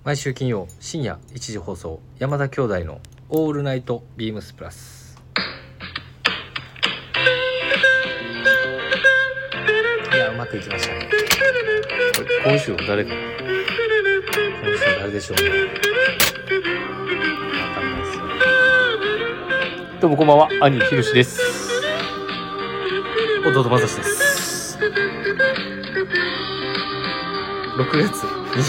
毎週金曜深夜1時放送、山田兄弟のオールナイトビームスプラス。いや、うまくいきましたね。 今週誰かな。 今週誰でしょうね。わかんないですよ。 どうもこんばんは、兄ひろしです。 弟まさしです。6月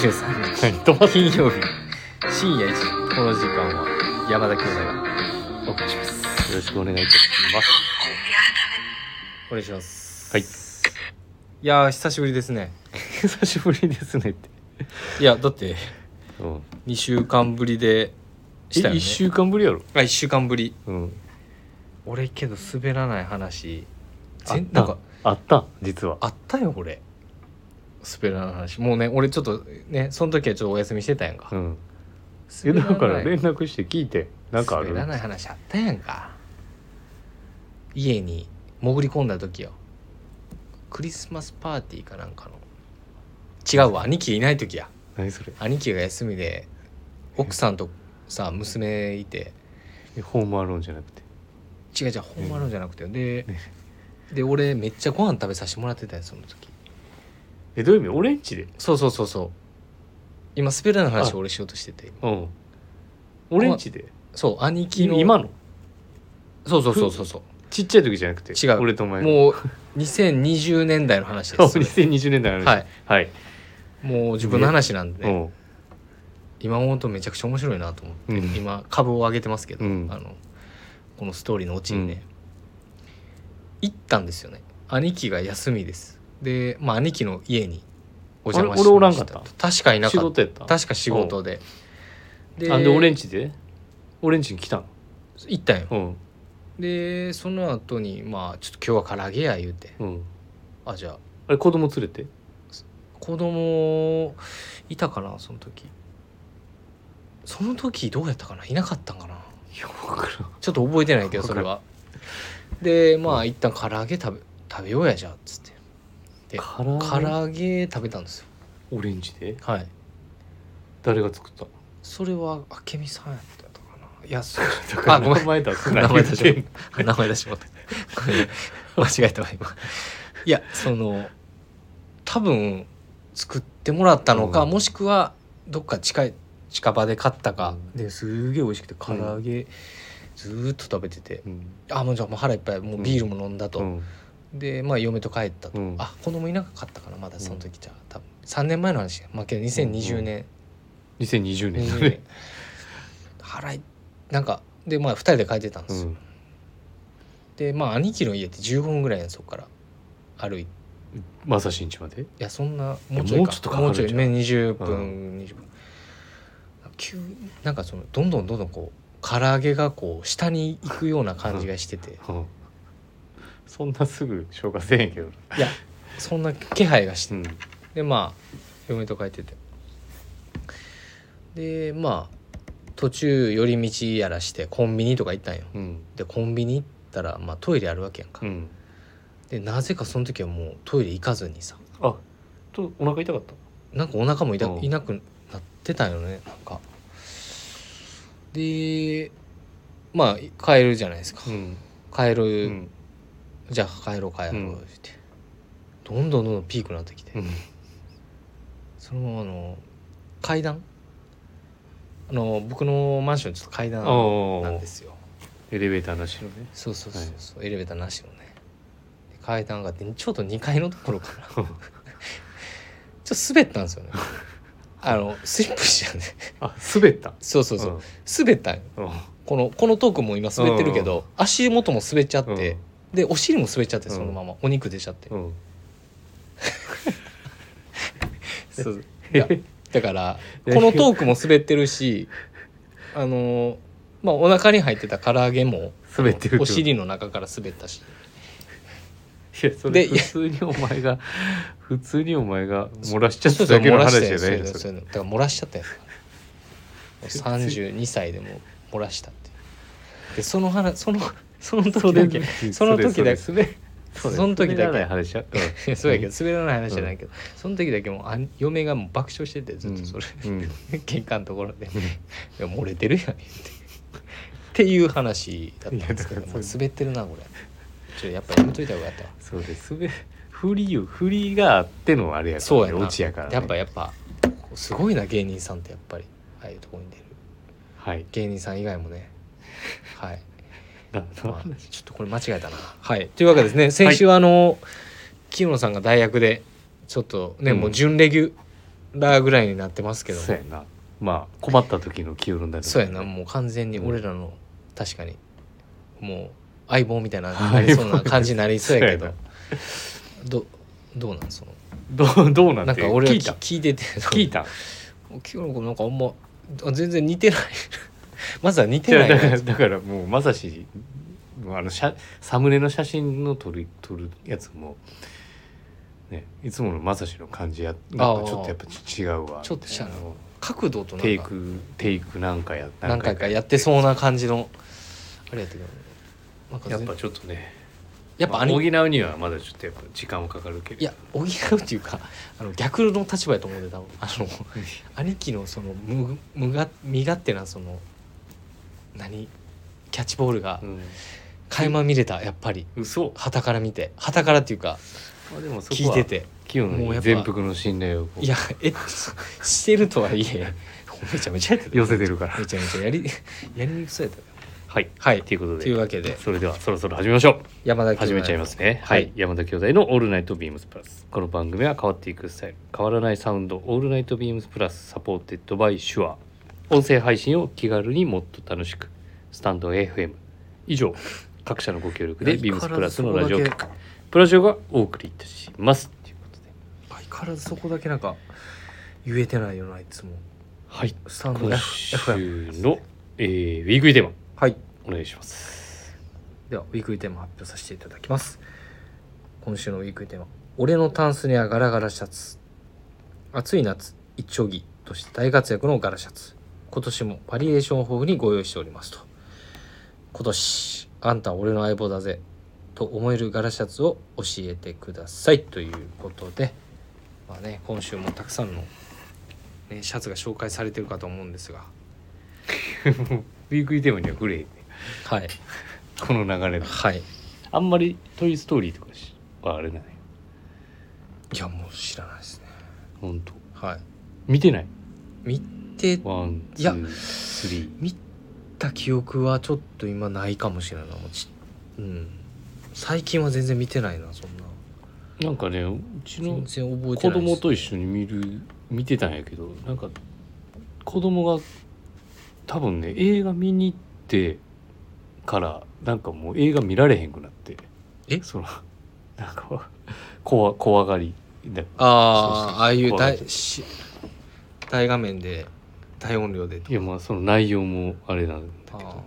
23日金曜日深夜1時、この時間は山田兄弟がお送りします。 よろしくお願いいたします。 お願いします。 はい。 いやー、久しぶりですね。 久しぶりですねって。 いや、だってうん。 2週間ぶりでしたよね。 1週間ぶりやろ。 1週間ぶり。 うん。 俺けど滑らない話あったなんかあった実はあったよ。俺滑らない話もうね、俺ちょっとね、その時はちょっとお休みしてたやんか。 うん。 滑らないだから連絡して聞いて、なんかある。 滑らない話あったやんか。家に潜り込んだ時よ。クリスマスパーティーかなんかの、違うわ、兄貴いない時や。 何それ。 兄貴が休みで奥さんとさ娘いて、 ホームアローンじゃなくて。 違うホームアローンじゃなくて、で俺めっちゃご飯食べさせてもらってたよ、その時。 どういう意味？俺んちで。 そう今滑らない話を俺しようとしてて。 うん。俺んちで。 そう、兄貴の今の。 そうちっちゃい時じゃなくて。 違う、 俺とお前もう2020年代の話です。 2020年代の話。 はいはい。 もう自分の話なんでね、 うん。 今思うとめちゃくちゃ面白いなと思って、 うん、 今株を上げてますけど、 うん、 このストーリーのオチにね、行ったんですよね。兄貴が休みです。で、まあ兄貴の家にお邪魔しました。 俺おらんかった？ 確かいなかった。 仕事やった？ 確か仕事で。 で俺んちで俺んちに来たの？ 行ったんよ。 うん。 でその後にまあちょっと今日は唐揚げや言うて、 うん、 じゃああれ子供連れて？ 子供いたかな、その時。その時どうやったかな、いなかったんかな。 いや、分からん。 ちょっと覚えてないけどそれは。でまあ一旦唐揚げ食べようやじゃあっつって、で唐揚げ食べたんですよ。 オレンジで？ はい。 誰が作った？ それは明美さんやったかな。いや、そうあ、ごめん、名前出すな。 名前出しまった間違えたわ今。いや、多分作ってもらったのか、もしくはどっか近場で買ったか、ですげえ美味しくて唐揚げずーっと食べてて、もうじゃあもう腹いっぱい、もうビールも飲んだと、でまあ嫁と帰ったと、子供いなかったかなまだその時。じゃあ多分3年前の話や。まあけど2020年、 2020年ね。 腹いなんかでまあ2人で帰ってたんですよ、でまあ兄貴の家って15分ぐらいやん、そこから歩いて。 まさしんちまで？いや、そんなもうちょいか、 もうちょっとかかるじゃん。 もうちょい20分、20分。急なんかどんどんこう唐揚げがこう下に行くような感じがしてて、 そんなすぐ消化せえへんけど。 いやそんな気配がして、でまあ嫁と帰ってて、でまあ途中寄り道やらしてコンビニとか行ったんよ、でコンビニ行ったら、まあ、トイレあるわけやんか、でなぜかその時はもうトイレ行かずにさ、 お腹痛かった？ なんかお腹もいなくなってたんよね、なんか。でまあ帰るじゃないですか、帰る、じゃあ帰ろうって、どんどんピークになってきて、そのまま階段、僕のマンションちょっと階段なんですよ。 エレベーターなしのね。 そう、エレベーターなしのね階段があって、ちょうど2階のところからちょっと滑ったんですよね。スリップしちゃうね。 滑った？ そう、滑ったんよ。このトークも今滑ってるけど、足元も滑っちゃって、でお尻も滑っちゃって、そのままお肉出ちゃって、そうだからこのトークも滑ってるし、まあお腹に入ってた唐揚げも滑ってる、 お尻の中から滑ったし。 いや、それ普通にお前が漏らしちゃっただけの話じゃないの？それだから漏らしちゃったやつ。32歳でも漏らしたって。でその時だけその時だけ話しそうやけど滑らない話じゃないけど、その時だけもう嫁がもう爆笑しててずっとそれ、玄関のところで「いや漏れてるやん」っていう話だったんですけど、もう滑ってるなこれ。やっぱやめといた方がよかった。 そうです振りがあってのあれやから、 そうやな、 オチやから、ね、 やっぱすごいな芸人さんってやっぱりああいうところに出る、 はい、 芸人さん以外もねはいちょっとこれ間違えたな。はいというわけですね、先週清野さんが代役でちょっとね、もう準レギュラーぐらいになってますけど、 そうやな、まあ困った時の清野だ、ね、 そうやな、もう完全に俺らの、確かにもう相棒みたいなそんな感じになりそうやけどどうなんそのどうなんてなんか俺は聞いてて聞いた清野君なんかあんま全然似てないまずは似てないだからもうまさしサムネの写真の撮るやつもね、いつものまさしの感じやっぱちょっとやっぱ違うわ、 ちょっと角度となんかテイク何回かやってそうな感じのあれやったけど、 なんかやっぱちょっとね、 やっぱ補うにはまだちょっとやっぱ時間はかかるけど、 いや補うっていうか逆の立場やと思ってた兄貴のその身勝手なそのキャッチボールが垣間見れた、やっぱり嘘旗からっていうかでもそこ聞いてて清野に全幅の信頼をいやしてるとはいえめちゃめちゃやってた、 寄せてるからめちゃめちゃやりにくそうやったよ。 はいということで、 というわけでそれではそろそろ始めましょう。 山田兄弟始めちゃいますね。はい、山田兄弟のオールナイトビームスプラス。この番組は変わっていくスタイル、変わらないサウンド、オールナイトビームスプラスサポーテッドバイシュア。音声配信を気軽にもっと楽しく、スタンド FM 以上各社のご協力でビームスプラスのラジオ局プラジオがお送りいたしますということで、 相変わらずそこだけなんか言えてないよな、いつも。 はい、 スタンド今週の、ウィークリーテーマ、 はい、 お願いします。 ではウィークリーテーマ発表させていただきます。今週のウィークリーテーマ、俺のタンスにはガラガラシャツ。暑い夏一丁着として大活躍のガラシャツ、今年もバリエーション豊富にご用意しておりますと。今年あんたは俺の相棒だぜと思えるガラシャツを教えてくださいということで、まあね、今週もたくさんの、ね、シャツが紹介されてるかと思うんですがウィークリーテーマには触れへんね、 はい、 この流れで、 はい、 あんまりトイストーリーとかはあれない。 いやもう知らないですね。 本当。 はい。 見てない。 見てワンツースリー見た記憶はちょっと今ないかもしれないな。最近は全然見てないな、そんな。 なんかね、うちの全然覚えて子ないです。 供と一緒に見てたんやけど、なんか子供が多分ね、映画見に行ってからなんかもう映画見られへんくなって、そのなんか怖がりで、 ああいう大画面で大音量で、 いやまあその内容もあれなんだけど、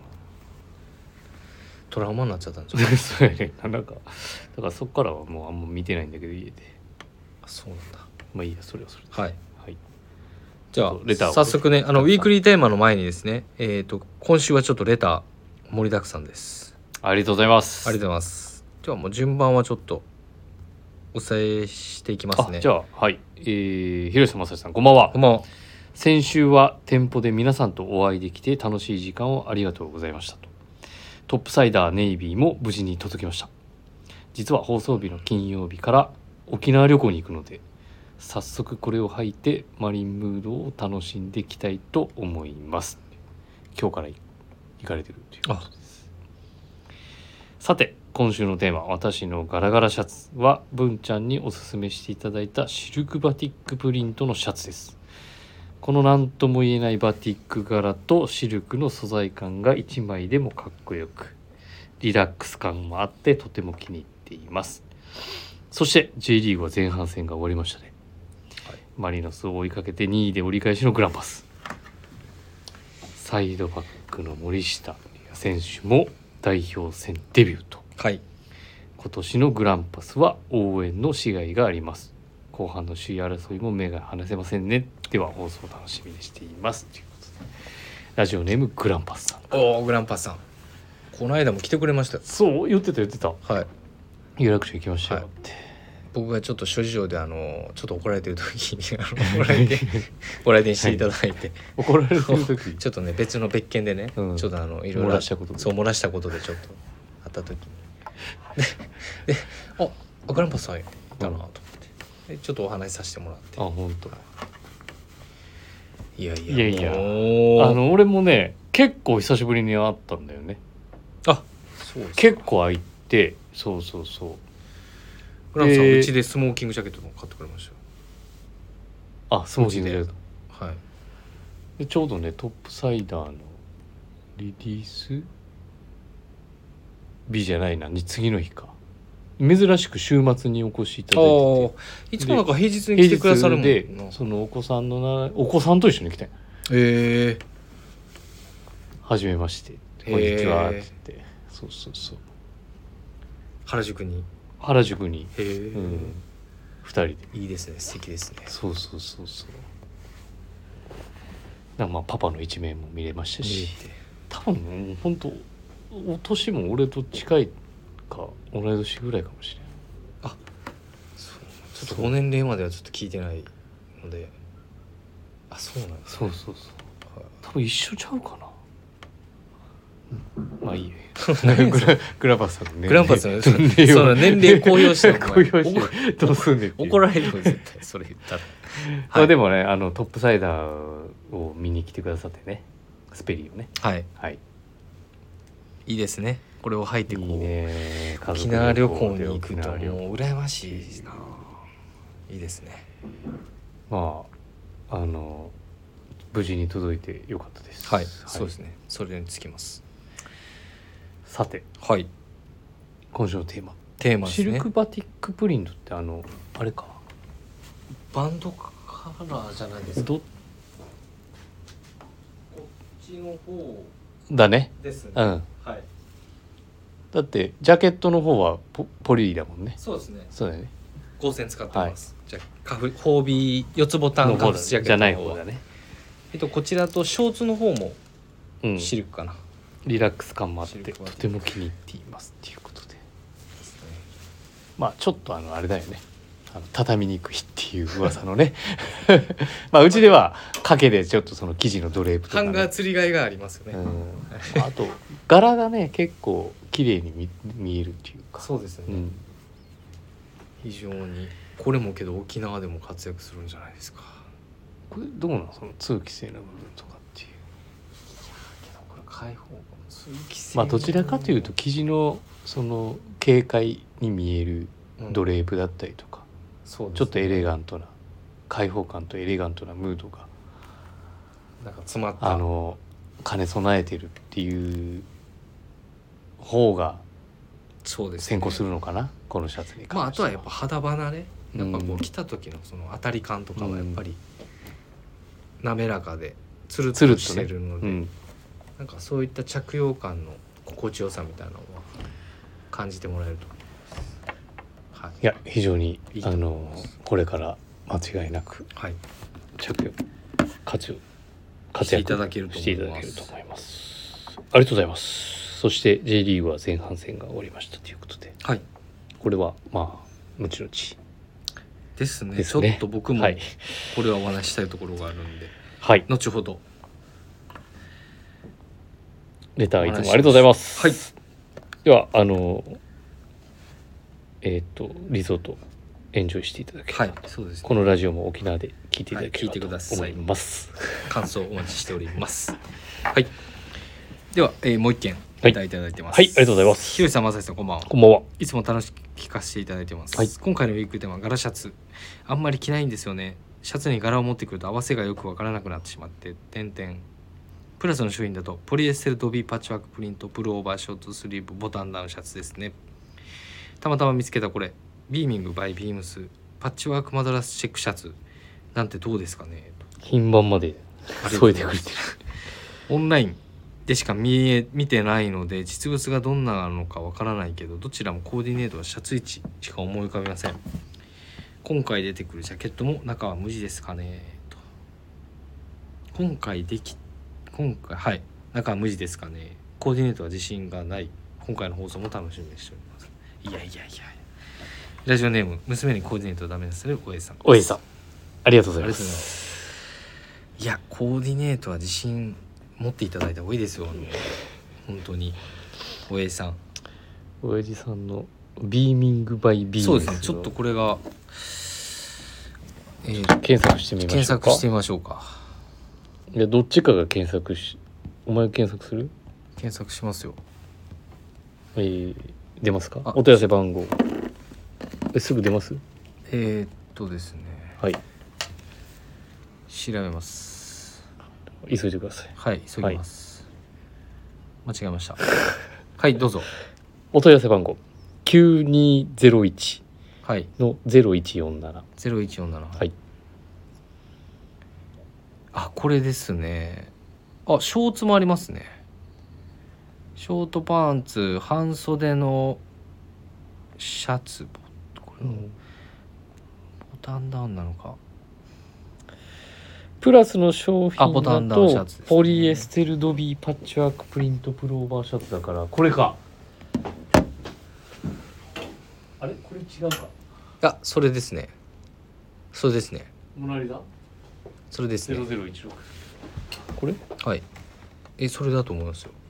トラウマになっちゃったんですよそうやね、なんかだからそっからはもうあんま見てないんだけど家で。 そうなんだ。 まあいいや、それはそれで。 はい、 はい、 じゃあレターを早速ね、ウィークリーテーマの前にですね、今週はちょっとレター盛りだくさんです。 ありがとうございます。 ありがとうございます。じゃあもう順番はちょっとお伝えしていきますね。 じゃあはい、広瀬正さん、こんばんは。 こんばんは。 先週は店舗で皆さんとお会いできて楽しい時間をありがとうございましたと。トップサイダーネイビーも無事に届きました。実は放送日の金曜日から沖縄旅行に行くので、早速これを履いてマリンムードを楽しんでいきたいと思います。今日から行かれてるということです。さて今週のテーマ、私のガラガラシャツは文ちゃんにおすすめしていただいたシルクバティックプリントのシャツです。この何とも言えないバティック柄とシルクの素材感が1枚でもかっこよく、リラックス感もあってとても気に入っています。そして J リーグは前半戦が終わりましたね。マリノスを追いかけて2位で折り返しのグランパス。サイドバックの森下選手も代表戦デビューと、 はい、 今年のグランパスは応援のしがいがあります。後半の首位争いも目が離せませんね。では放送を楽しみにしていますということで、ラジオネームグランパスさん。 グランパスさん、この間も来てくれました。 そう言ってたはい。 有楽町行きましたよはいって、 僕がちょっと諸事情でちょっと怒られてる時にご来店していただいて、 怒られる時ちょっとね別件でね、 うんちょっといろいろ漏らしたことでそう漏らしたことでちょっとあった時にでグランパスさんいたなと思ってでちょっとお話しさせてもらってあ本当。 いやいやいやもう俺もね結構久しぶりに会ったんだよね。 そうです結構会ってそうそうそうグランパスさんうちでスモーキングジャケットも買ってくれましたよ。 あスモーキングジャケットはいでちょうどねトップサイダーのリリース日じゃないな次の日か珍しく週末にお越しいただいてていつもなんか平日に来てくださるもん平日なでそのお子さんと一緒に来てはじめましてこんにちはって言ってそうそうそう原宿に原宿に、 へえ、 2人でいいですね素敵ですね。 そうそうそうそうなんかまあパパの一面も見れましたし多分もう本当お年も俺と近いか同い年ぐらいかもしれない。 ちょっとご年齢まではちょっと聞いてないのでそうなんです、 そうそうそう多分一緒ちゃうかな。まあいいよグラパスさんのグランパスのそ年齢をの年齢公表して公表してどうすんねんっていう怒られるよ絶対それ言ったらまあでもねトップサイダーを見に来てくださってねスペリーをねはいはいいいですねこれを履いてこういいね沖縄旅行に行くと沖縄旅行もう羨ましいないいですね。 まあ無事に届いてよかったです。 はい、そうですねそれにつきます。 さてはい今週のテーマテーマですね。 シルクバティックプリントってあれかバンドカラーじゃないですか。こっちの方だねですね。 うんはいだってジャケットの方はポリだもんね。 そうですね。 そうだよね合成使ってます。じゃあホービー4つボタンカフスジャケットじゃない方だね。 こちらとショーツの方もうんシルクかな、 リラックス感もあってシルクはとても気に入っていますっていうことでまあちょっとあれだよね畳みにくいっていう噂のねまあうちでは掛けでちょっとその生地のドレープとか、ね、 ハンガー釣りがいがありますよね。 あと柄がね結構綺麗に見えるっていうかそうですね、非常にこれもけど沖縄でも活躍するんじゃないですか。 これどうなんその通気性の部分とかっていうこれ開放通気性まあどちらかというと生地のその軽快に見えるドレープだったりとか、 そうですね、 ちょっとエレガントな開放感とエレガントなムードがなんか詰まった兼ね備えてるっていう方がそうですね先行するのかな、このシャツに関してあとはやっぱ肌離れやっぱこううん着た時のその当たり感とかはやっぱり滑らかでつるっつるっとねとしてるので、なんかそういった着用感の心地よさみたいなのは感じてもらえると思います。はい、 いや非常にいいと思いますこれから間違いなくはい、 着用活してい躍ただけると思います。 していただけると思いますありがとうございます。そして J リーグは前半戦が終わりましたということで、 はい、 これはまあ後々 ですね。 ですねちょっと僕もはいこれはお話ししたいところがあるんで、 はい後ほどレターいつもありがとうございます。 はい。 ではリゾートエンジョイしていただければ、 はい、そうですね。 このラジオも沖縄で聞いていただけれはい聞いてくばとださい思います。 感想お待ちしております。はい。では、もう一件はいいただいてます。 はいありがとうございます。 ひろしさん、まさしさん、こんばんは。 こんばんは。 いつも楽しく聞かせていただいてます。 はい今回のウィークテーマは柄シャツ。あんまり着ないんですよね。シャツに柄を持ってくると合わせがよくわからなくなってしまってプラスの商品だとポリエステルドビーパッチワークプリントプルオーバーショートスリーブボタンダウンシャツですね。たまたま見つけたこれビーミングバイビームスパッチワークマドラスチェックシャツなんてどうですかねと。 品番まで添えてくれてる。 オンラインでしか見てないので実物がどんなのかわからないけどどちらもコーディネートはシャツ位置しか思い浮かびません。今回出てくるジャケットも中は無地ですかねと。今回はい中は無地ですかね。コーディネートは自信がない。今回の放送も楽しみにしております。いやラジオネーム娘にコーディネートをダメにするおえさん。 おえさんありがとうございまありがとうございますす。いやコーディネートは自信持っていただいた方がいいですよ。本当におえさん。 親父さんのビーミングバイビームス。 そうですね。ちょっとこれが、 検索してみましょうか。 検索してみましょうか。 いやどっちかが検索し、お前検索する？ 検索しますよ。 出ますか？ あお問い合わせ番号すぐ出ます？ ですね。 はい、 調べます。 急いでください。 はい、急ぎます。間違えました。はいどうぞ。 お問い合わせ番号9201 はいの0147。 0147。 はい。 あこれですね。あショーツもありますね。ショートパンツ、半袖のシャツ、これボタンダウンなのか。 プラスの商品ボタンだとダウンシャツですねポリエステルドビーパッチワークプリントプローバーシャツだからこれか。あれこれ違うか。 あそれですね。それですね。 モナリザそれですね。 0016。これ？ はいそれだと思いますよ。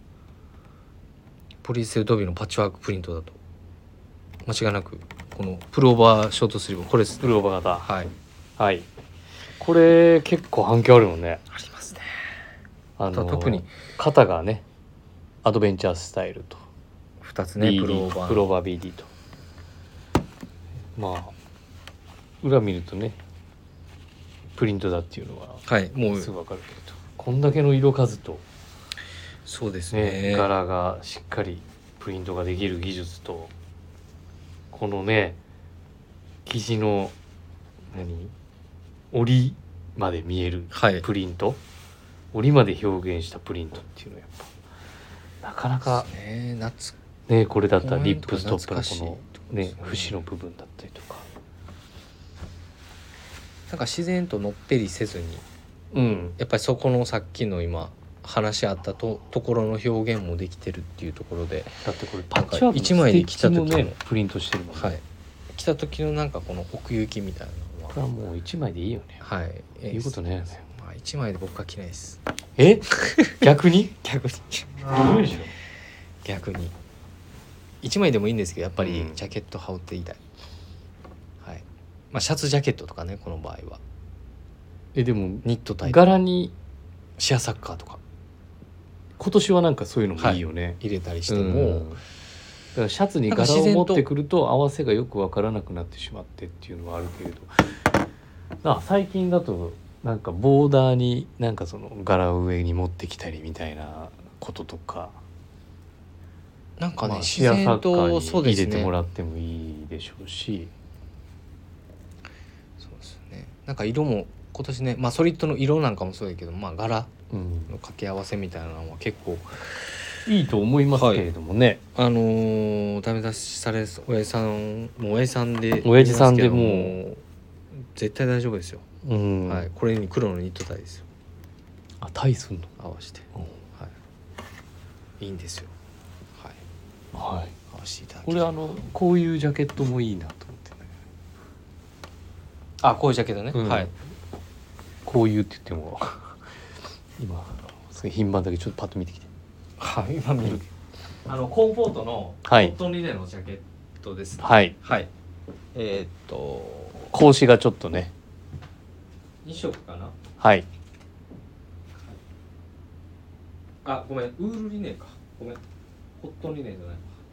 ポリエステルドビーのパッチワークプリントだと間違いなくこのプローバーショートスリーブこれです。 プローバー型。 はいはい。これ結構反響あるもんね。 ありますね。 特に肩がねアドベンチャースタイルと 2つね BD プローバープローバー BD とまあ裏見るとねプリントだっていうのはもうすぐ分かるけど、こんだけの色数と、 そうですね、 ね。 柄がしっかりプリントができる技術とこのね生地の折りまで見えるプリント、折りまで表現したプリントっていうのはやっぱなかなかねこれだったらリップストップのこのね節の部分だったりとかなんか自然とのっぺりせずに、やっぱりそこのさっきの今話し合ったところの表現もできてるっていうところで、 だってこれパッチワークの 1枚で来た時のねプリントしてるもんね。 来た時のなんかこの奥行きみたいなのはこれはもう1枚でいいよね。いうことね。 1枚で僕は着ないです。 逆に逆にどうでしょう。 逆に1枚でもいいんですけどやっぱりジャケット羽織っていたい。シャツジャケットとかねこの場合は。 でもニットタイプ柄にシェアサッカーとか今年はなんかそういうのもいいよね、 入れたりしても、 だからシャツに柄を持ってくると合わせがよく分からなくなってしまってっていうのはあるけれど、最近だとなんかボーダーになんかその柄を上に持ってきたりみたいなこととかなんかね、 シェアサッカーに入れてもらってもいいでしょうし、 そうですね。なんか色も今年ね、ソリッドの色なんかもそうだけど、柄の掛け合わせみたいなのは結構いいと思いますけれどもね。 ダメ出しされる親父さんも親父さんで親父さんでもう絶対大丈夫ですよ。これに黒のニットタイですよ。 タイすんの合わせて、いいんですよ。合わせていただきこれこういうジャケットもいいなと思ってね。 こういうジャケットね、 こういうって言っても今すごい品番だけちょっとパッと見てきて、 今見るコンフォートのコットンリネンのジャケットですね。 格子がちょっとね 2色かな。ごめん、ウールリネンか。ごめん、コットンリネンじゃ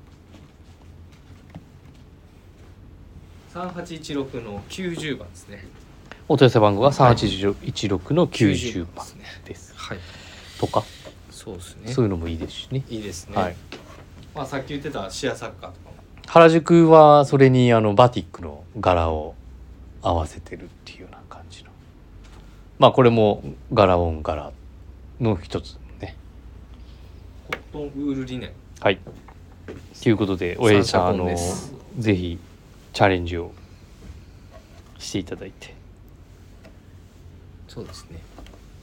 ないわ。3816の90番ですね。 お問い合わせ番号が3816の90番です。とか、 そうですね。 そういうのもいいですしね。 いいですね。さっき言ってたシェアサッカーとかも。 原宿はそれにバティックの柄を合わせてるっていうような感じの。これも柄オン柄の一つね。 コットンウールリネン。 ということで親父さんぜひチャレンジをしていただいて。 そうですね。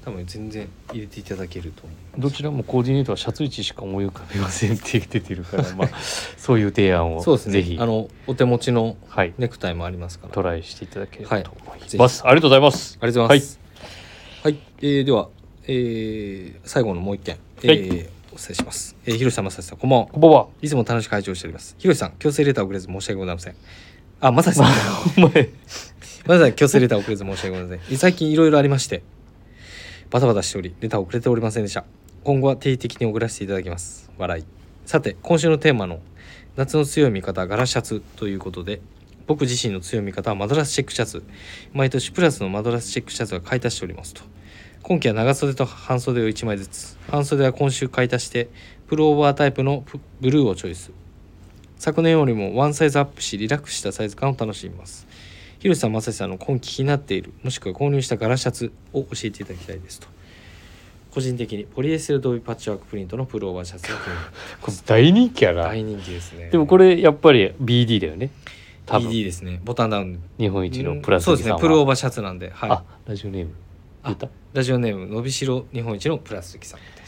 多分全然入れていただけると思う。 どちらもコーディネートはシャツ位置しか思い浮かべませんって出てるから、まあそういう提案をそうですね、 ぜひお手持ちのはいネクタイもありますから、 トライしていただければと思いはいます。ありがとうございます。 ありがとうございます。はい、では、最後のもう一件、お伝えします。ひろしさん、まさしさん、こんばんは。 こんばんは。 いつも楽しく拝聴しております。ひろしさん、強制レターを送れず申し訳ございません。あ、まさしさん、 お前まさし強制レターを送れず申し訳ございません。最近いろいろありまして、バタバタしており、レターを送れておりませんでした。今後は定期的に送らせていただきます。笑い。さて、今週のテーマの夏の強い味方、ガラシャツということで、僕自身の強い味方はマドラスチェックシャツ。毎年プラスのマドラスチェックシャツが買い足しておりますと。今季は長袖と半袖を1枚ずつ。半袖は今週買い足して、プルオーバータイプのブルーをチョイス。昨年よりもワンサイズアップし、リラックスしたサイズ感を楽しみます。ひろしさん、まさしさんの今季気になっている、もしくは購入したガラシャツを教えていただきたいですと。個人的にポリエステル同意パッチワークプリントのプルオーバーシャツが気になっていこれ大人気やな。 大人気ですね。 でもこれやっぱり BD だよね。多分 BD ですね。ボタンダウン。 日本一のプラスそうですね。プルオーババーシャツなんで、はい。 あ、ラジオネーム言った。 ラジオネームのびしろ日本一のプラスキさんです。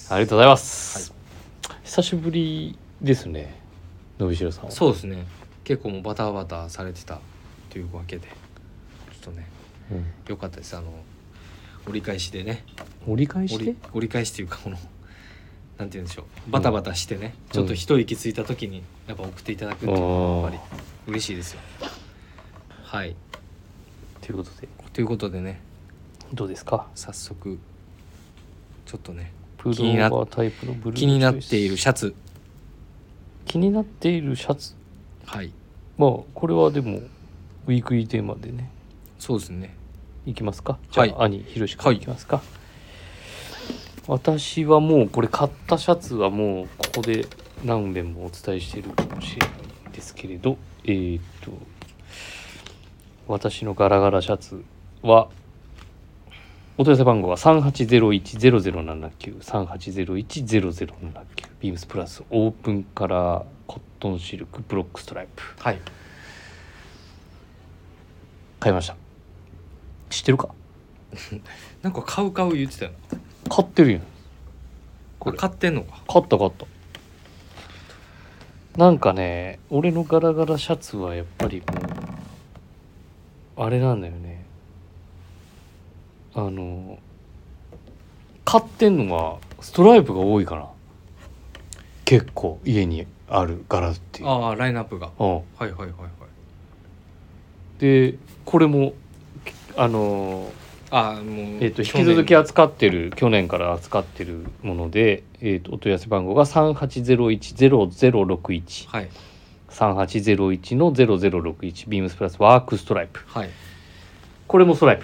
ありがとうございます。久しぶりですね。のびしろさんは。 そうですね。結構もうバタバタされてたというわけで、ちょっとね、良かったです。折り返しでね。 折り返して折り返しというか、このなんて言うんでしょう、バタバタしてね、ちょっと一息ついた時にやっぱ送っていただくっていうのはやっぱり嬉しいですよ。はい。 ということで。 ということでね、 どうですか。 早速ちょっとね、 プルオーバータイプのブルー気になっているシャツ。 気になっているシャツ。 はい。 まあこれはでもウィークリーテーマでね。 そうですね。 いきますか。じゃあ、 はい、 兄ひろしからいきますか。私はもうこれ買ったシャツはもうここで何遍もお伝えしているかもしれないんですけれど、私のガラガラシャツはお問い合わせ番号は3801-0079 3801-0079ビームスプラスオープンカラーコットンシルクブロックストライプ。 はい。 買いました。知ってるか。 なんか買う言ってたよな。 買ってるやん。 これ買ってんのか。 買ったなんかね、俺のガラガラシャツはやっぱりもうあれなんだよね。買ってんのはストライプが多いかな。結構家にある柄っていう。 ああ、ラインナップが。 うん。 はいはいはいはい。 でこれももう引き続き扱ってる、去年から扱ってるもので、お問い合わせ番号が3801-0061、 はい、 3801-0061ビームスプラスワークストライプ、 はい、 これもストライ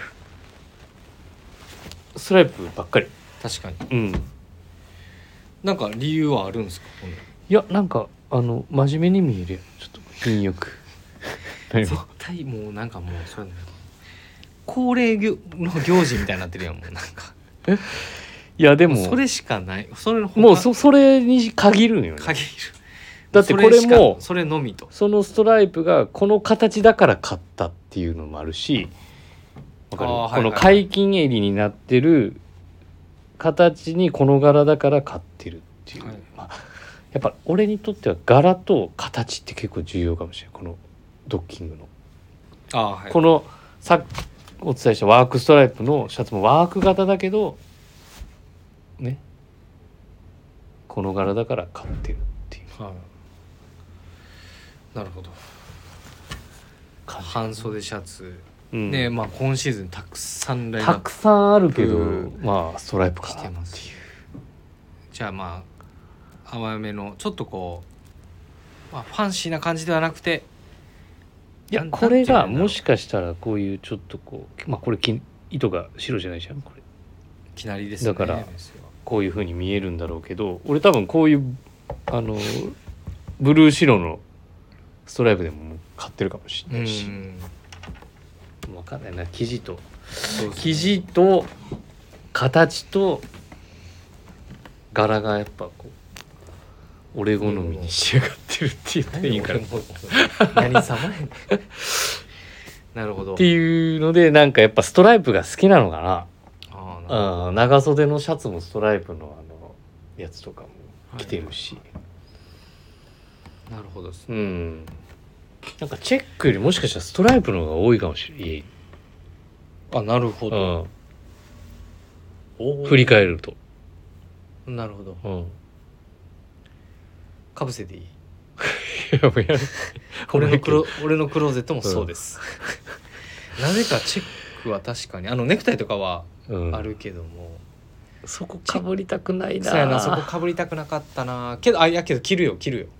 プばっかり。 確かに。 うん。 なんか理由はあるんですか。 いや、なんか真面目に見えるやん。ちょっと品よく絶対もうなんかもうそれ恒例の行事みたいになってるやん。もうなんかいやでもそれしかない。それのもうそれに限るのよね。 限る。 だってこれもそれのみと。 そのストライプがこの形だから買ったっていうのもあるし、わかる？この解禁襟になってる形にこの柄だから買ってるっていう、はい、まあ、やっぱ俺にとっては柄と形って結構重要かもしれない。このドッキングのはい、 このさっきお伝えしたワークストライプのシャツもワーク型だけどね、この柄だから買ってるっていう、 はい、なるほど。半袖シャツ、ね、まあ今シーズンたくさんたくさんあるけど、まあストライプかなっていう。 じゃあまあ淡めのちょっとこう、まあ、ファンシーな感じではなくて、 いやこれがもしかしたらこういうちょっとこう、まあこれ糸が白じゃないじゃん、これきなりですね。 だからこういう風に見えるんだろうけど、俺多分こういうブルー白のストライプでも買ってるかもしれないし、分かんないな。生地と形と柄がやっぱこう俺好みに仕上がってるって言っていいから何様やねんなるほど。 っていうので、なんかやっぱストライプが好きなのかな。 な。 長袖のシャツもストライプのやつとかも着てるし、 なるほどですうね。 ん、なんかチェックよりもしかしたらストライプの方が多いかもしれない家に、 なるほど。 振り返ると、 なるほど。かぶせていい？俺のクローゼットもそうです。なぜかチェックは確かにネクタイとかはあるけども、 そこかぶりたくないな。 そうやな、そこかぶりたくなかったな。けど着るよ。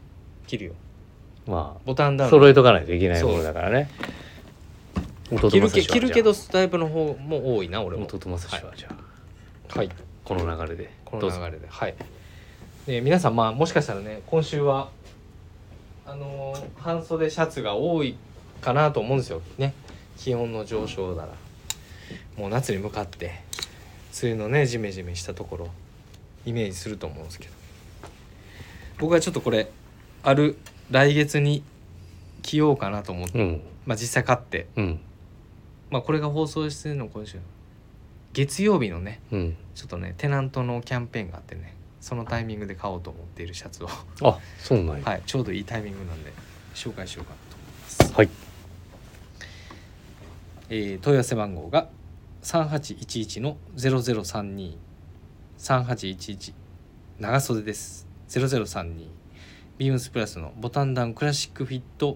まあボタンダウン揃えとかないといけないものだからね。 着るけどスタイプの方も多いな俺も。 弟正志はじゃあ、 はい、 この流れではい。で皆さんもしかしたらね今週は半袖シャツが多いかなと思うんですよね。気温の上昇ならもう夏に向かって梅雨のねジメジメしたところイメージすると思うんですけど、僕はちょっとこれ来月に着ようかなと思って、実際買って、これが放送してるの今週月曜日のね、ちょっとねテナントのキャンペーンがあってね、そのタイミングで買おうと思っているシャツをそうなんや、 はい、ちょうどいいタイミングなんで紹介しようかなと思います。 はい。 問い合わせ番号が3811の0032 3811長袖です。0032ビームスプラスのボタンダウンクラシックフィット、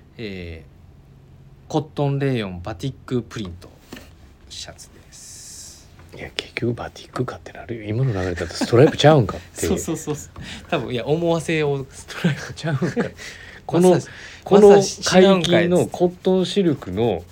コットンレーヨンバティックプリントシャツです。 いや結局バティックかってなるよ。今の流れだとストライプちゃうんかってそう多分思わせようストライプちゃうんかこの解禁のコットンシルクの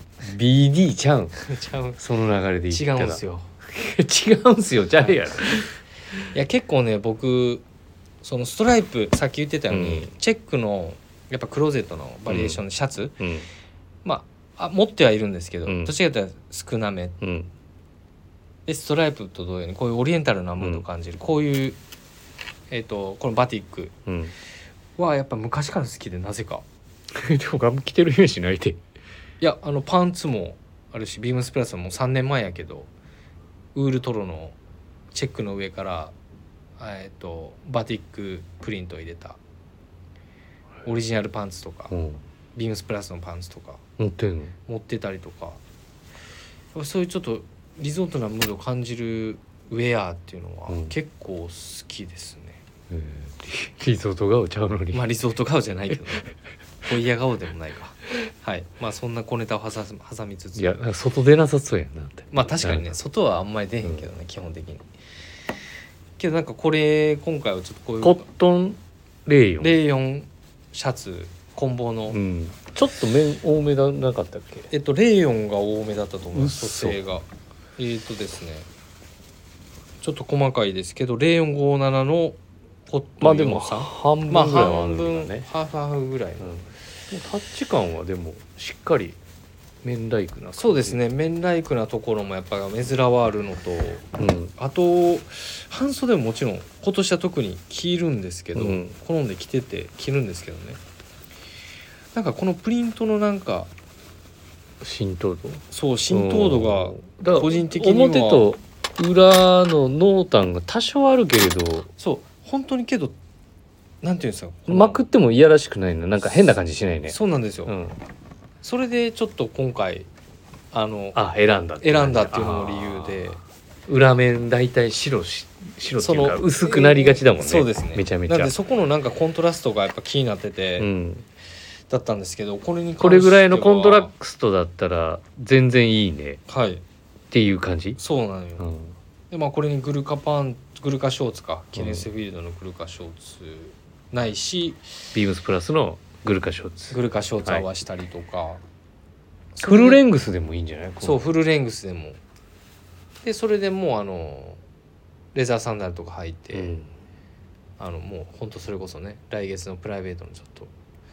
BD ちゃうんその流れで言ったら違うんすよ違うんすよじゃあやろ。 いや結構ね僕そのストライプさっき言ってたように、チェックのやっぱクローゼットのバリエーションのシャツ、持ってはいるんですけど、どちらかというと少なめ、でストライプと同様にこういうオリエンタルなムードを感じる、こういうこのバティックはやっぱ昔から好きで、なぜかでもガム着てるイメージないで。 いやパンツもあるし、ビームスプラスはもう3年前やけどウールトロのチェックの上からバティックプリントを入れたオリジナルパンツとか、ビームスプラスのパンツとか持ってたりとか、そういうちょっとリゾートなムードを感じるウェアっていうのは結構好きですね。 リゾート顔ちゃうのに。 リゾート顔じゃないけどねホイヤ顔でもないか。はい、そんな小ネタを挟みつつ、 いや外出なさそうやなって。 確かにね外はあんまり出へんけどね、基本的に。けどなんかこれ今回はちょっとこういうコットンレーヨンシャツ混紡の、 ちょっと面多めだなかったっけ。 レーヨンが多めだったと思います。蘇生がですねちょっと細かいですけどレーヨン57のコットンでも半分ぐらいはあるんだね。 ハーフぐらいの、 タッチ感はでもしっかりメンライクな。 そうですね、メンライクなところもやっぱ目面はあるのと、あと半袖ももちろん今年は特に着るんですけど、好んで着てて着るんですけどね、なんかこのプリントのなんか浸透度が個人的には表と裏の濃淡が多少あるけれど、 そう本当にけどなんていうんですか、 まくってもいやらしくないの、なんか変な感じしないね。 そうなんですよ、それでちょっと今回選んだっていうのも理由で、 裏面だいたい白っていうか薄くなりがちだもんね。 そうですね、 めちゃめちゃ。 なんでそこのなんかコントラストがやっぱ気になってて、だったんですけど、これぐらいのコントラストだったら全然いいね、っていう感じ。 そうなのよ、でこれにグルカショーツか、ケネスフィールドのグルカショーツないし、 ビームスプラスのグルカショーツ合わしたりとか、 フルレングスでもいいんじゃない。 そうフルレングスでもで、それでもうレザーサンダルとか履いて、もうほんとそれこそね、来月のプライベートのちょっと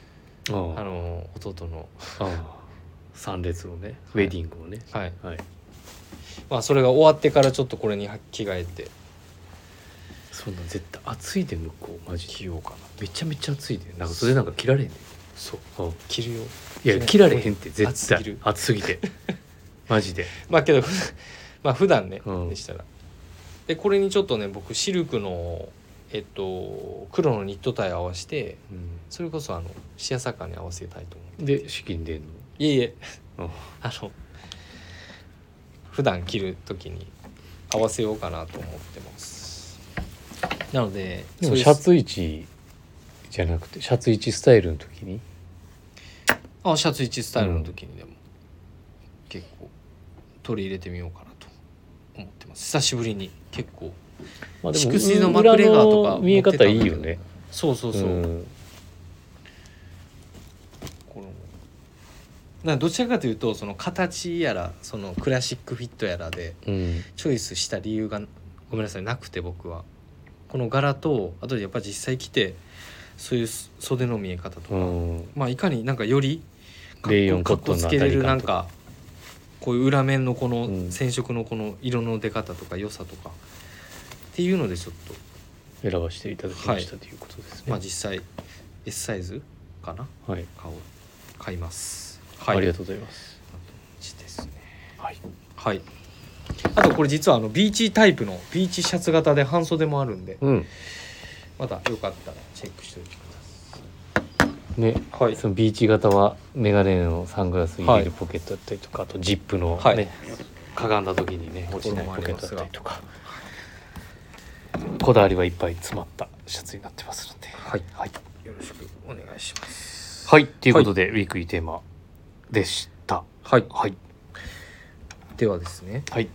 弟の参列のね、ウェディングをね、 それが終わってからちょっとこれに着替えて、 そんな絶対暑いで向こうマジ着ようかな。めちゃめちゃ暑いで、なんかそれなんか着られへんね。 そう着るよ。 いや着られへんって絶対暑すぎてマジで。 けどまあ普段ね、 うんでしたら。でこれにちょっとね僕シルクの黒のニットタイ合わせて、それこそシアサッカーに合わせたいと思う。 で資金出んの？ いえいえうん普段着る時に合わせようかなと思ってます。なのでそういうでもシャツ位置じゃなくてシャツ位置スタイルの時にシャツ1スタイルの時にでも、結構取り入れてみようかなと思ってます。久しぶりに結構まあでも縮水のマクレガーとか裏の見え方いいよね。 そうそうそう、このなんかどちらかというとその形やらそのクラシックフィットやらでチョイスした理由がごめんなさいなくて、僕はこの柄とあとでやっぱ実際着てそういう袖の見え方とか、まあいかになんかよりかっこつけれるなんかこういう裏面のこの染色のこの色の出方とか良さとかっていうのでちょっと選ばせていただきましたということですね。 まあ実際 S サイズかな、 はい、 買います、 はい、ありがとうございます。 ですね。 はい、 はい、あとこれ実はビーチタイプのビーチシャツ型で半袖もあるんで、またよかったらチェックしておいてくださいね。はい、そのビーチ型はメガネのサングラス入れるポケットだったりとか、あとジップのね、かがんだ時にね落ちないポケットだったりとか、こだわりはいっぱい詰まったシャツになってますので、 はい、はい、よろしくお願いします。 はい、ということで、ウィークリーテーマでした。 はい、 はい、 ではですね、 はい、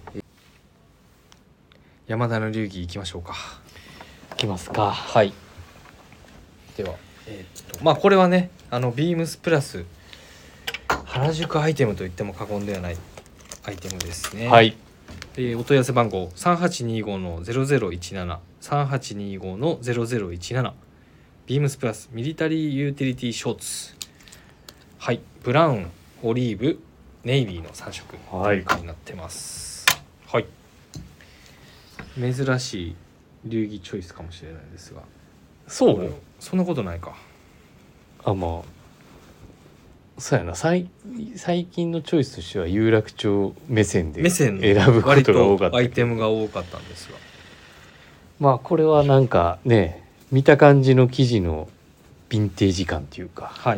山田の流儀いきましょうか。 いきますか。 はい、ではまあこれはねビームスプラス原宿アイテムといっても過言ではないアイテムですね。 はい、 お問い合わせ番号 3825-0017 3825-0017 ビームスプラスミリタリーユーティリティショーツ、はい、ブラウン、オリーブ、ネイビーの3色になってます。はい、珍しい流儀チョイスかもしれないですが、 そう、 そんなことないか。 あ、まあそうやな、最近のチョイスとしては有楽町目線で選ぶことが多かった。 アイテムが多かったんですが、 まあこれはなんかね、見た感じの生地のヴィンテージ感っていうか、 はい、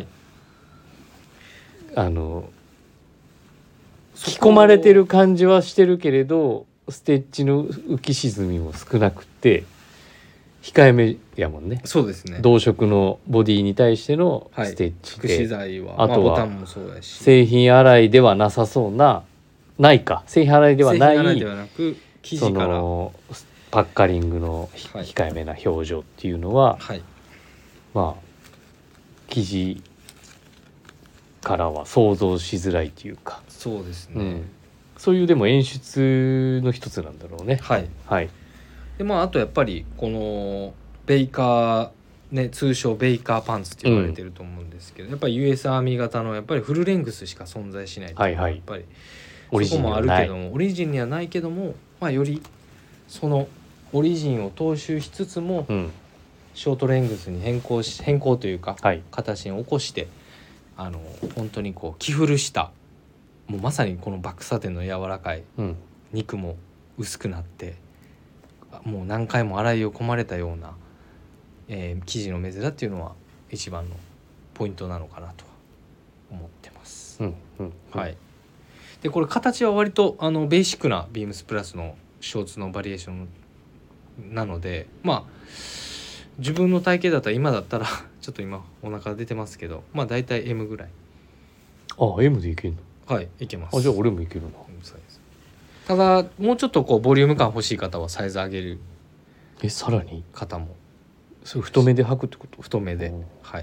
着込まれてる感じはしてるけれど、ステッチの浮き沈みも少なくて控えめやもんね。 そうですね。 同色のボディに対してのステッチで、 串材はあとはボタンもそうやし、 製品洗いではなさそうな、製品洗いではない、 製品洗いではなく生地からパッカリングの控えめな表情っていうのは、 はい、 まあ生地からは想像しづらいというか、 そうですね、 そういうでも演出の一つなんだろうね。 はい、 はい、 でまああとやっぱりこのベイカーね、通称ベイカーパンツって言われてると思うんですけど、やっぱり US アーミー型のやっぱりフルレングスしか存在しないっていうのはやっぱりそこもあるけども、オリジンにはないけども、まあよりそのオリジンを踏襲しつつも、ショートレングスに変更というか、形に起こして本当にこう着古したもうまさにこのバックサテンの柔らかい、肉も薄くなってもう何回も洗いを込まれたような、生地の目面っていうのは一番のポイントなのかなとは思ってます。はい、でこれ形は割とベーシックなビームスプラスのショーツのバリエーションなので、まあ自分の体型だったら今だったらちょっと今お腹出てますけど、まあだいたい M ぐらい。 あ、M でいけるの？ はい、いけます。 あ、じゃあ俺もいけるな。 ただもうちょっとこうボリューム感欲しい方はサイズ上げるさらに方も、 それ太めで履くってこと？ 太めで、はい。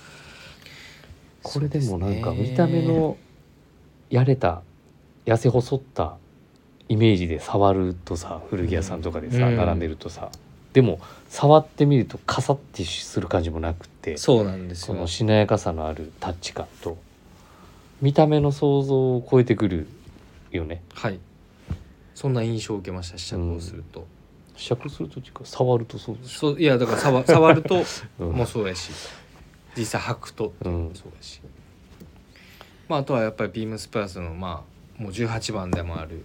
これでもなんか見た目のやれた痩せ細ったイメージで触るとさ、古着屋さんとかでさ、並んでるとさ、でも触ってみるとカサッてする感じもなくて、 そうなんですよ。 このしなやかさのあるタッチ感と見た目の想像を超えてくるよね。 はい、そんな印象を受けました。試着をすると、 試着するとっていうか触るとそうでしょ。 いやだから触るともそうやし、実際履くとそうやし、まああとはやっぱりビームスプラスのまあもう18番でもある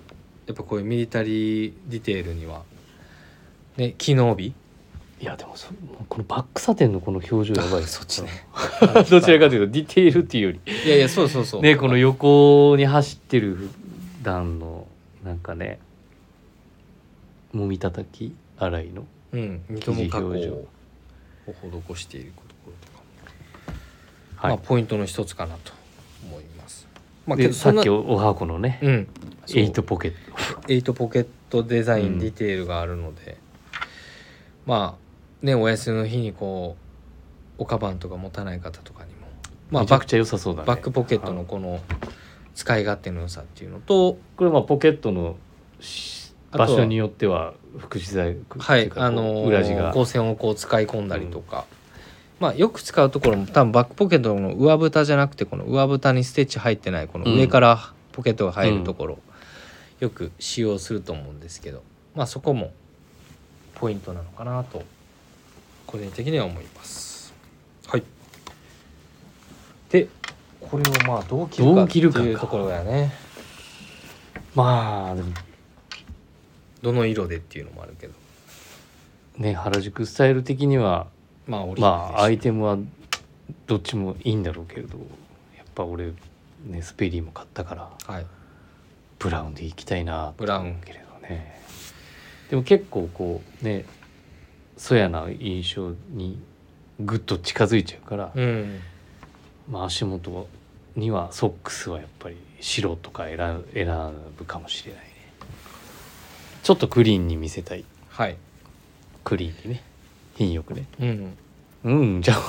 やっぱこういうミリタリーディテールにはね機能美いやでもこのバックサテンのこの表情やばいそっちねどちらかというとディテールっていうよりいやいやそうそうそうねこの横に走ってる普段のなんかねもみたたき洗いの二度も加工を施しているところとか、まあポイントの一つかなと思います。まあでさっきお箱のね、8ポケット 8ポケットデザインディテールがあるので、まあねお休みの日にこうおカバンとか持たない方とかにも、まあ、 めちゃくちゃ良さそうだね。 バックポケットのこの使い勝手の良さっていうのと、 これまあポケットの場所によっては副資材はい裏地が光線をこう使い込んだりとか、まあよく使うところも多分バックポケットの上蓋じゃなくてこの上蓋にステッチ入ってないこの上からポケットが入るところ、よく使用すると思うんですけど、まあそこもポイントなのかなと個人的には思います。はい。でこれをまあどう切るかっていうところだよね。 まあでもどの色でっていうのもあるけどね原宿スタイル的にはまあアイテムはどっちもいいんだろうけれど、やっぱ俺ねスペリーも買ったから、 はい、 ブラウンでいきたいなと思うけれどね。でも結構こうねそやな印象にぐっと近づいちゃうから、まあ足元にはソックスはやっぱり白とか選ぶかもしれないね。ちょっとクリーンに見せたい。 はい。 クリーンにね、品よくね。じゃあ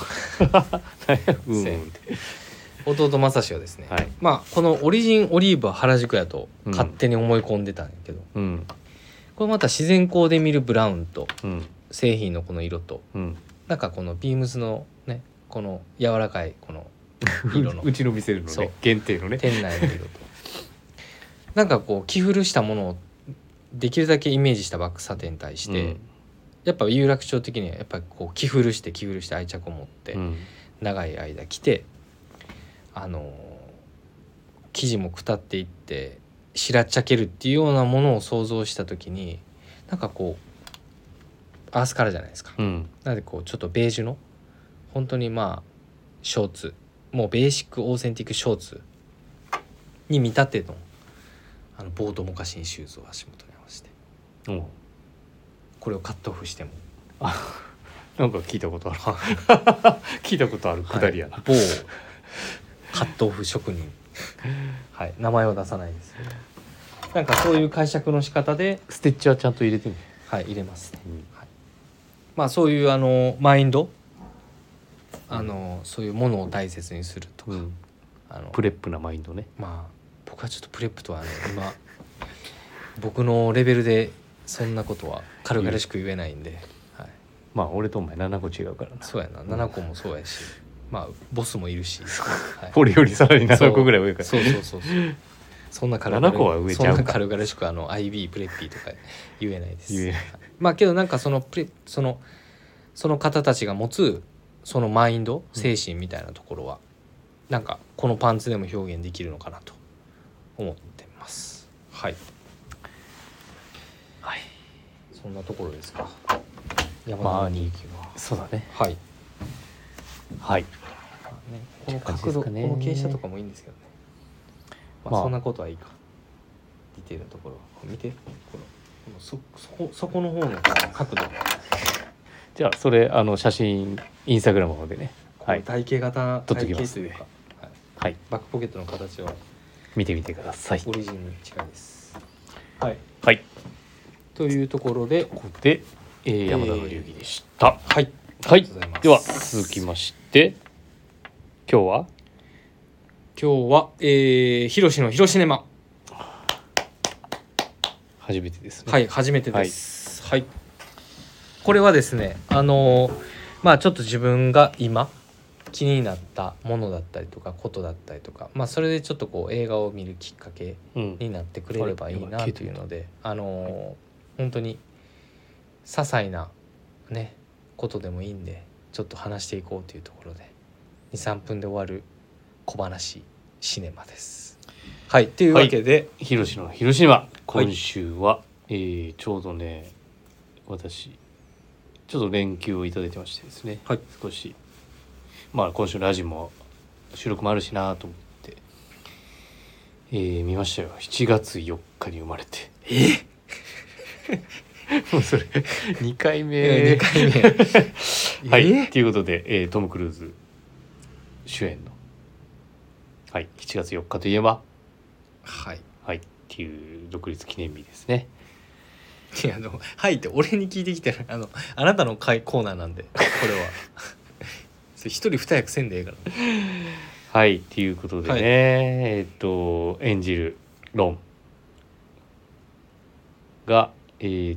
弟正志はですね、 はい、 まあこのオリジンオリーブは原宿やと勝手に思い込んでたんやけど、これまた自然光で見るブラウンと、製品のこの色と、なんかこのビームスのねこの柔らかいこの色のうちの店のね限定のね店内の色となんかこう着古したものをできるだけイメージしたバックサテンに対して、やっぱ有楽町的にはやっぱりこう着古して愛着を持って、長い間着て生地もくたっていって白っちゃけるっていうようなものを想像した時になんかこうアースカラーじゃないですか、なのでこうちょっとベージュの本当にまあショーツもうベーシックオーセンティックショーツに見立てのボートモカシンシューズを足元に合わせて、これをカットオフしてもなんか聞いたことある聞いたことあるくだりやな、 某カットオフ職人はい、名前は出さないですけど、なんかそういう解釈の仕方でステッチはちゃんと入れてみる。 はい、入れますね、まあそういうマインドそういうものを大切にするとか、 プレップなマインドね。 まあ僕はちょっとプレップとはね今僕のレベルでそんなことは軽々しく言えないんで、 まあ俺とお前7個違うからな。 そうやな、7個もそうやし、まあボスもいるし、 俺よりさらに7個ぐらい上から。 そうそんな軽 々は上ちゃうか。 そんな軽々しくIB プレッピーとか言えないです。まあけどなんかその方たちが持つそのマインド、精神みたいなところはなんかこのパンツでも表現できるのかなと思ってます。はい。 はい。 そんなところですか。 山田にそうだね。 はい。 はい。 この角度、この傾斜とかもいいんですけどね。まあそんなことはいいか。ディテールのところ見て、そこの方の角度。 じゃあそれ写真インスタグラムの方でね。 はい。体型型撮っときますね。はい。 バックポケットの形は見てみてください。 オリジンに近いです。はい。 はい。 というところでここで山田の流儀でした。 はい。 はい。では続きまして今日はヒロシのヒロシネマ初めてですね。 はい、初めてです。はい。これはですねまあちょっと自分が今気になったものだったりとかことだったりとか、まあそれでちょっとこう映画を見るきっかけになってくれればいいなというので、本当に些細なねことでもいいんでちょっと話していこうというところで 2,3 分で終わる小話シネマです。 はいというわけで、 ひろしの広島、今週は、ちょうどね私ちょっと連休をいただいてましてですね、 はい少しまあ今週ラジオも収録もあるしなと思って、見ましたよ。7月4日に生まれてもうそれ2回目 2回目はいということで、トム・クルーズ主演の、はい、7月4日といえばはいはいっていう独立記念日ですね。 いやはいって俺に聞いてきてるあなたのコーナーなんでこれはそれ一人二役せんでええからはいっていうことでね、 はい演じるロンが 7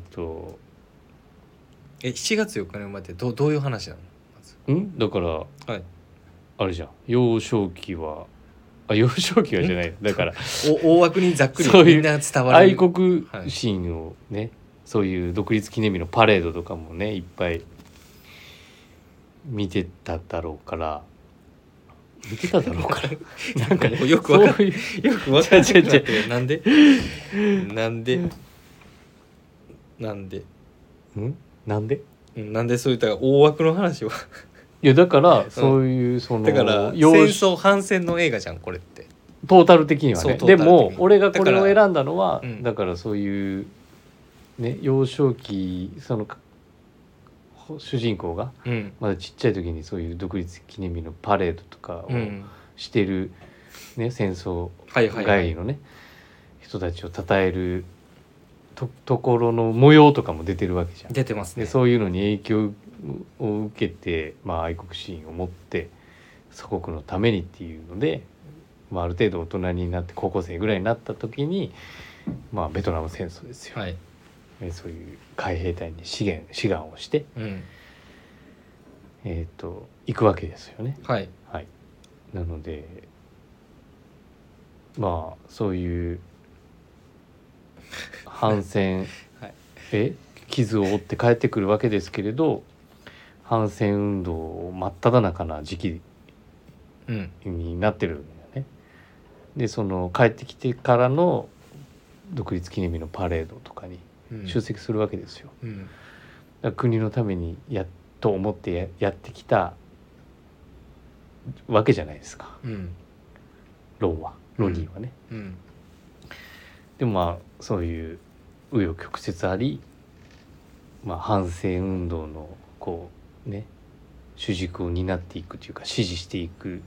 月4日に生まれてどういう話なのまずだからはいあれじゃん、幼少期は幼少期はじゃないだから大枠にざっくりそういうみんな伝わる愛国心をね、そういう独立記念日のパレードとかもねいっぱい見てただろうからなんかよくわかるそういうよくわかるなんでなんでなんでそういった大枠の話をいやだからそういうそのだから戦争反戦の映画じゃんこれってトータル的にはね。でも俺がこれを選んだのはだからだからそういうね幼少期その主人公がうんまだちっちゃい時にそういう独立記念日のパレードとかをうんしてる、ね、戦争はいはいはい帰りのね人たちを称えるところの模様とかも出てるわけじゃん。 出てますねでそういうのに影響を受けて、まあ、愛国心を持って祖国のためにっていうので、まあ、ある程度大人になって高校生ぐらいになった時に、まあ、ベトナム戦争ですよ、 はいそういう海兵隊に志願をして、 うん行くわけですよね。 はいはい、なのでまあそういう反戦、 はい傷を負って帰ってくるわけですけれど反戦運動真っ只中な時期うんになってるんだよね。でその帰ってきてからの独立記念日のパレードとかにうん出席するわけですよ。 うんだから国のためにと思ってやってきたわけじゃないですかうんロニーはね。 うんでもまあそういう紆余曲折あり、まあ、反戦運動のこうね主軸を担っていくというか支持していく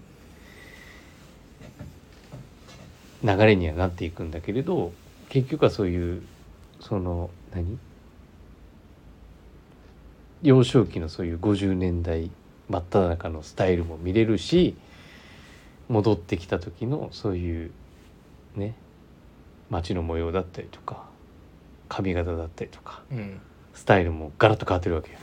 流れにはなっていくんだけれど結局はそういうその幼少期のそういう50年代真っ只中のスタイルも見れるし戻ってきた時のそういうね街の模様だったりとか髪型だったりとかうんスタイルもガラッと変わってるわけよ。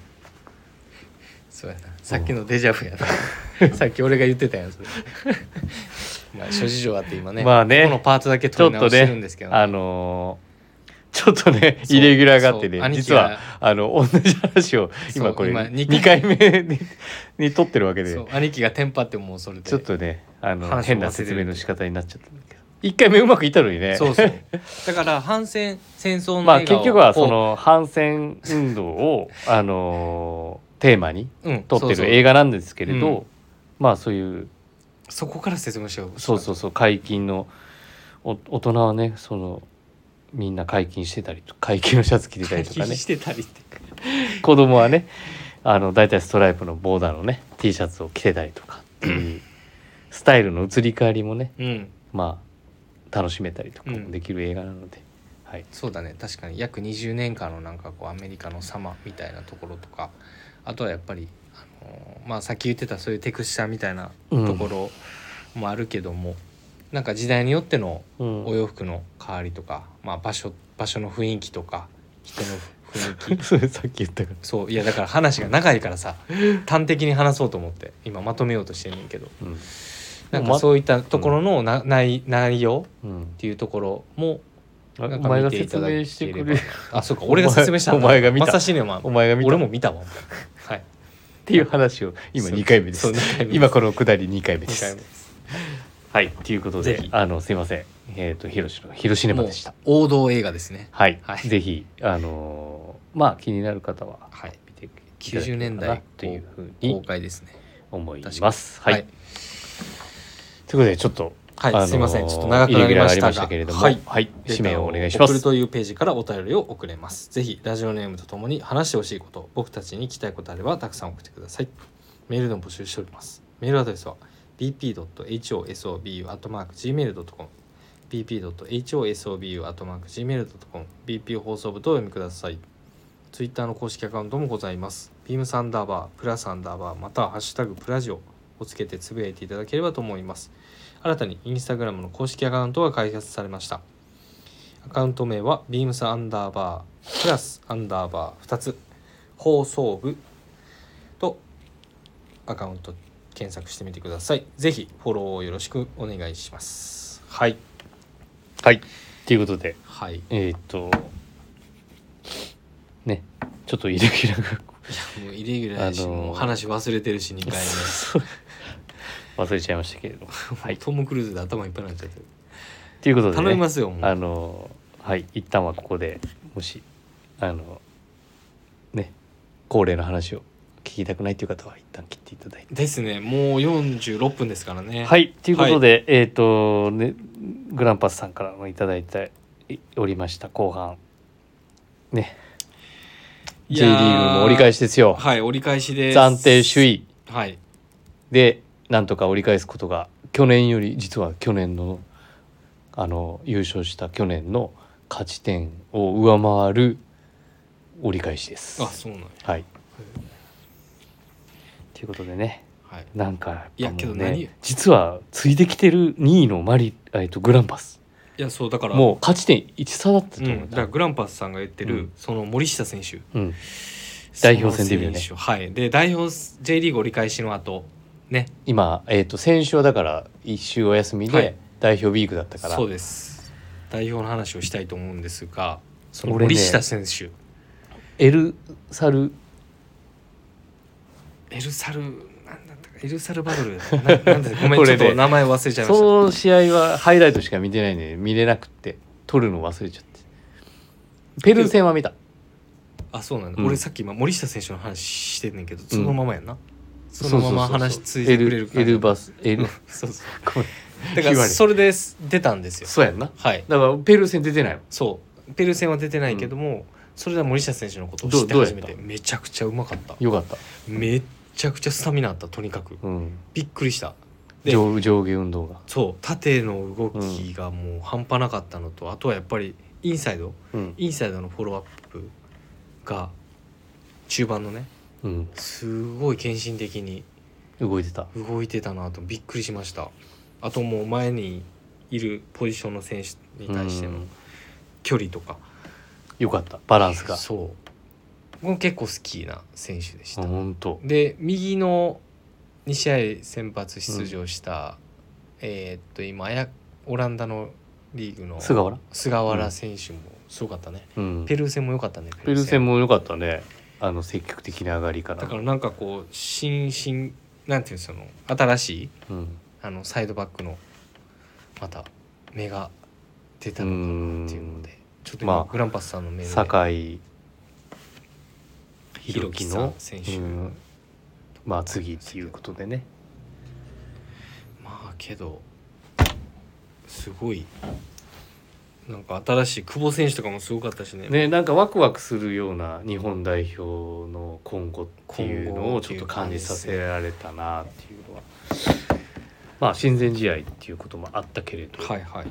そうやなさっきのデジャブやなさっき俺が言ってたやつまあ諸事情あって今ねまあねこのパーツだけちょっと取り直してるんねですけど、 ちょっとねそうイレギュラーがあってねそう兄貴実はが同じ話を今これそう今 2回目に撮ってるわけでそう兄貴がテンパってもうそれでちょっとね話を忘れる変な説明の仕方になっちゃったんだけど1回目うまくいったのにね。 そうそうだから反戦戦争のまあ映画を結局はその反戦運動をテーマに撮ってる映画なんですけれど、 うんまあそういうそこから説明しようそう解禁の大人はねそのみんな解禁してたりと解禁のシャツ着てたりとかねしてたりって子供はねだいたいストライプのボーダーのね T シャツを着てたりとかっていうスタイルの移り変わりもねうんまあ楽しめたりとかもできる映画なので、はいそうだね確かに約20年間のなんかこうアメリカの様みたいなところとかあとはやっぱりまあさっき言ってたそういうテクスチャーみたいなところもあるけども、なんか時代によってのお洋服の変わりとか、まあ場所の雰囲気とか人の雰囲気それさっき言ったからそういやだから話が長いからさ端的に話そうと思って今まとめようとしてんねんけど、なんかそういったところの内容っていうところもおなんか前が見ていただ説明してくれるあそうか俺が説明したんだお前が見たまさしねまお前が見た俺も見たわはいっていう話を今2回目ですそう2回目です今このくだり2回目で 2回す目ですはいということでぜひすいませんヒロシのヒロシネマでした。 もう王道映画ですね。 はい、 はいぜひまあ気になる方ははい見ていただけ 90 れば年代というふう公に開ですね。 思います。はい、 はい、 ということでちょっとはいすいませんちょっと長くなりましたが、 けれども、 はい指名をお願いします。 送るというページからお便りを送れます。ぜひラジオネームとともに話してほしいこと、僕たちに聞きたいことあればたくさん送ってください。メールでも募集しております。メールアドレスは bp.hosobu@gmail.com bp.hosobu@gmail.com bp 放送部とお読みください。ツイッターの公式アカウントもございます。ビームサンダーバープラスアンダーバーまたはハッシュタグプラジオをつけてつぶやいていただければと思います。新たにインスタグラムの公式アカウントが開設されました。アカウント名はビームスアンダーバープラスアンダーバー2つ放送部とアカウント検索してみてください。ぜひフォローをよろしくお願いします。はいはいということではいねちょっとイレギュラーがもうイレギュラーやし、もう話忘れてるし2回忘れちゃいましたけれども目トム・クルーズで頭いっぱいになっちゃってる。 ということで、ね、 頼みますよもうはい一旦はここでもしね恒例の話を聞きたくないという方は一旦切っていただいてですね。もう46分ですからね。 はいということで、ね、グランパスさんからもいただいておりました後半ね J リーグも折り返しですよ。 はい折り返しです。 暫定首位はいでなんとか折り返すことが去年より実は去年の優勝した去年の勝ち点を上回る折り返しです。 あそうなんや。 はいということでねはいなんかやっぱもう、ね、 いやけど何実はついてきてる2位のグランパスいやそうだからもう勝ち点1差だったと思う、 だからグランパスさんが言ってる、 うんその森下選手、 うん、代表戦デビューねその選手はいで代表 J リーグ折り返しの後ね今、先週はだから1週お休みで、 はい代表ウィークだったからそうです代表の話をしたいと思うんですがその俺ね森下選手、 エルサルバドルなんでごめん、 俺ねちょっと名前忘れちゃいました。 その試合はハイライトしか見てないんで見れなくて撮るの忘れちゃってペルー戦は見た。 あそうなんだ、 うん俺さっき今森下選手の話してんねんけどそのままやな、そのまま話ついエてくれるルバスエルそうそうごめんだからそれで出たんですよ。 そうやんなはいだからペルー戦出てないの。 そうペルー戦は出てないけども、それで森下選手のことを知ってどうやった初めてめちゃくちゃうまかった。 よかった、 めっちゃくちゃスタミナあった。とにかくうん、 びっくりした。で上下運動が、 そう縦の動きがもう半端なかったのと、あとはやっぱりインサイドうんのフォローアップが中盤のねうん、 すごい献身的に動いてた。 動いてたなとびっくりしました。あともう前にいるポジションの選手に対してのうん距離とか、 よかったバランスが。 そう僕も結構好きな選手でした。 本当。 で右の2試合先発出場した、今オランダのリーグの菅原、 選手もすごかったね、 うん、 ペルー戦も良かったね。 ペルー戦も良かったね。積極的な上がりから。 だからなんかこうなんていうその新しいうん、 サイドバックのまた目が出たのかなっていうので、ちょっと今グランパスさんのメールで酒井弘樹さん選手、 まあ次っていうことでね。 まあけどすごいなんか新しい久保選手とかもすごかったしね。 ね、なんかワクワクするような日本代表の今後っていうのをちょっと感じさせられたなっていうのは、まあ親善試合っていうこともあったけれど、 はいはい。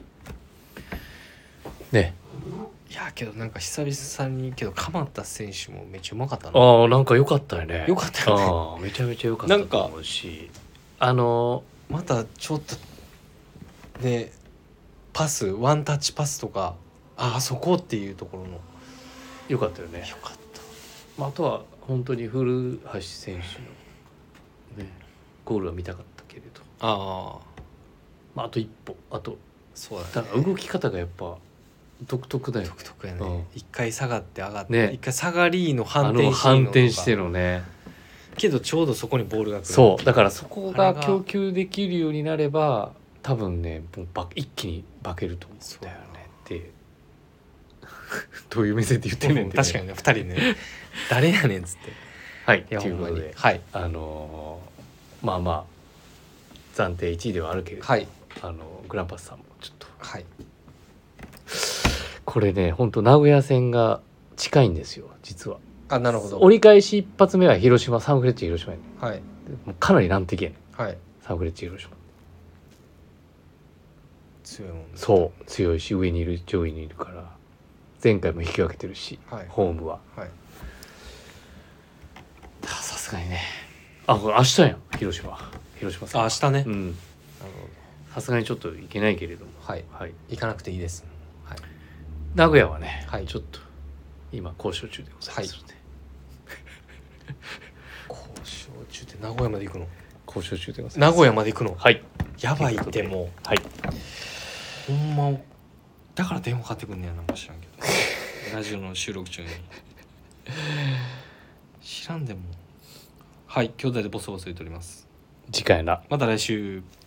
ね、 いやけどなんか久々にけど鎌田選手もめっちゃうまかったな。 ああなんか良かったよね。 良かったよね。 ああめちゃめちゃ良かったと思うし、 またちょっとねワンタッチパスとかあそこっていうところの良かったよね。 良かった。 まあ、あとは本当に古橋選手の、ね、ゴールは見たかったけれど、まあ、あと一歩そうだね。 だから動き方がやっぱ独特だよ。 独特やね、 うん一回下がって上がって、 ね一回下がりの反転反転してのね。 けどちょうどそこにボールが来る。 そうだからそこがあれが供給できるようになれば多分ねもう一気に化けると思うんだよねってどういう目線で言ってんねんって、ね、 確かにね2人ね誰やねんっつってはいいやということで、 はいまあまあ暫定1位ではあるけれど、 はい、 グランパスさんもちょっとはい、 これね本当名古屋戦が近いんですよ実は。 あなるほど折り返し一発目は広島サンフレッチェ広島やねはいもうかなり難敵やねはいサンフレッチェ広島強いもんねそう強いし上にいる上位にいるから前回も引き分けてるし、 はいホームははいさすがにねこれ明日やん広島さん明日ね、 うんなるさすがにちょっといけないけれどもほどはいはい行かなくていいですはい名古屋はね、 はいちょっと今交渉中でございますので、 交渉中って名古屋まで行くの交渉中でございます名古屋まで行くのはいやばいってもうはいほんまだから電話かかってくんねやなんか知らんけどラジオの収録中に知らんでもはい兄弟でボソボソ言っております次回なまた来週。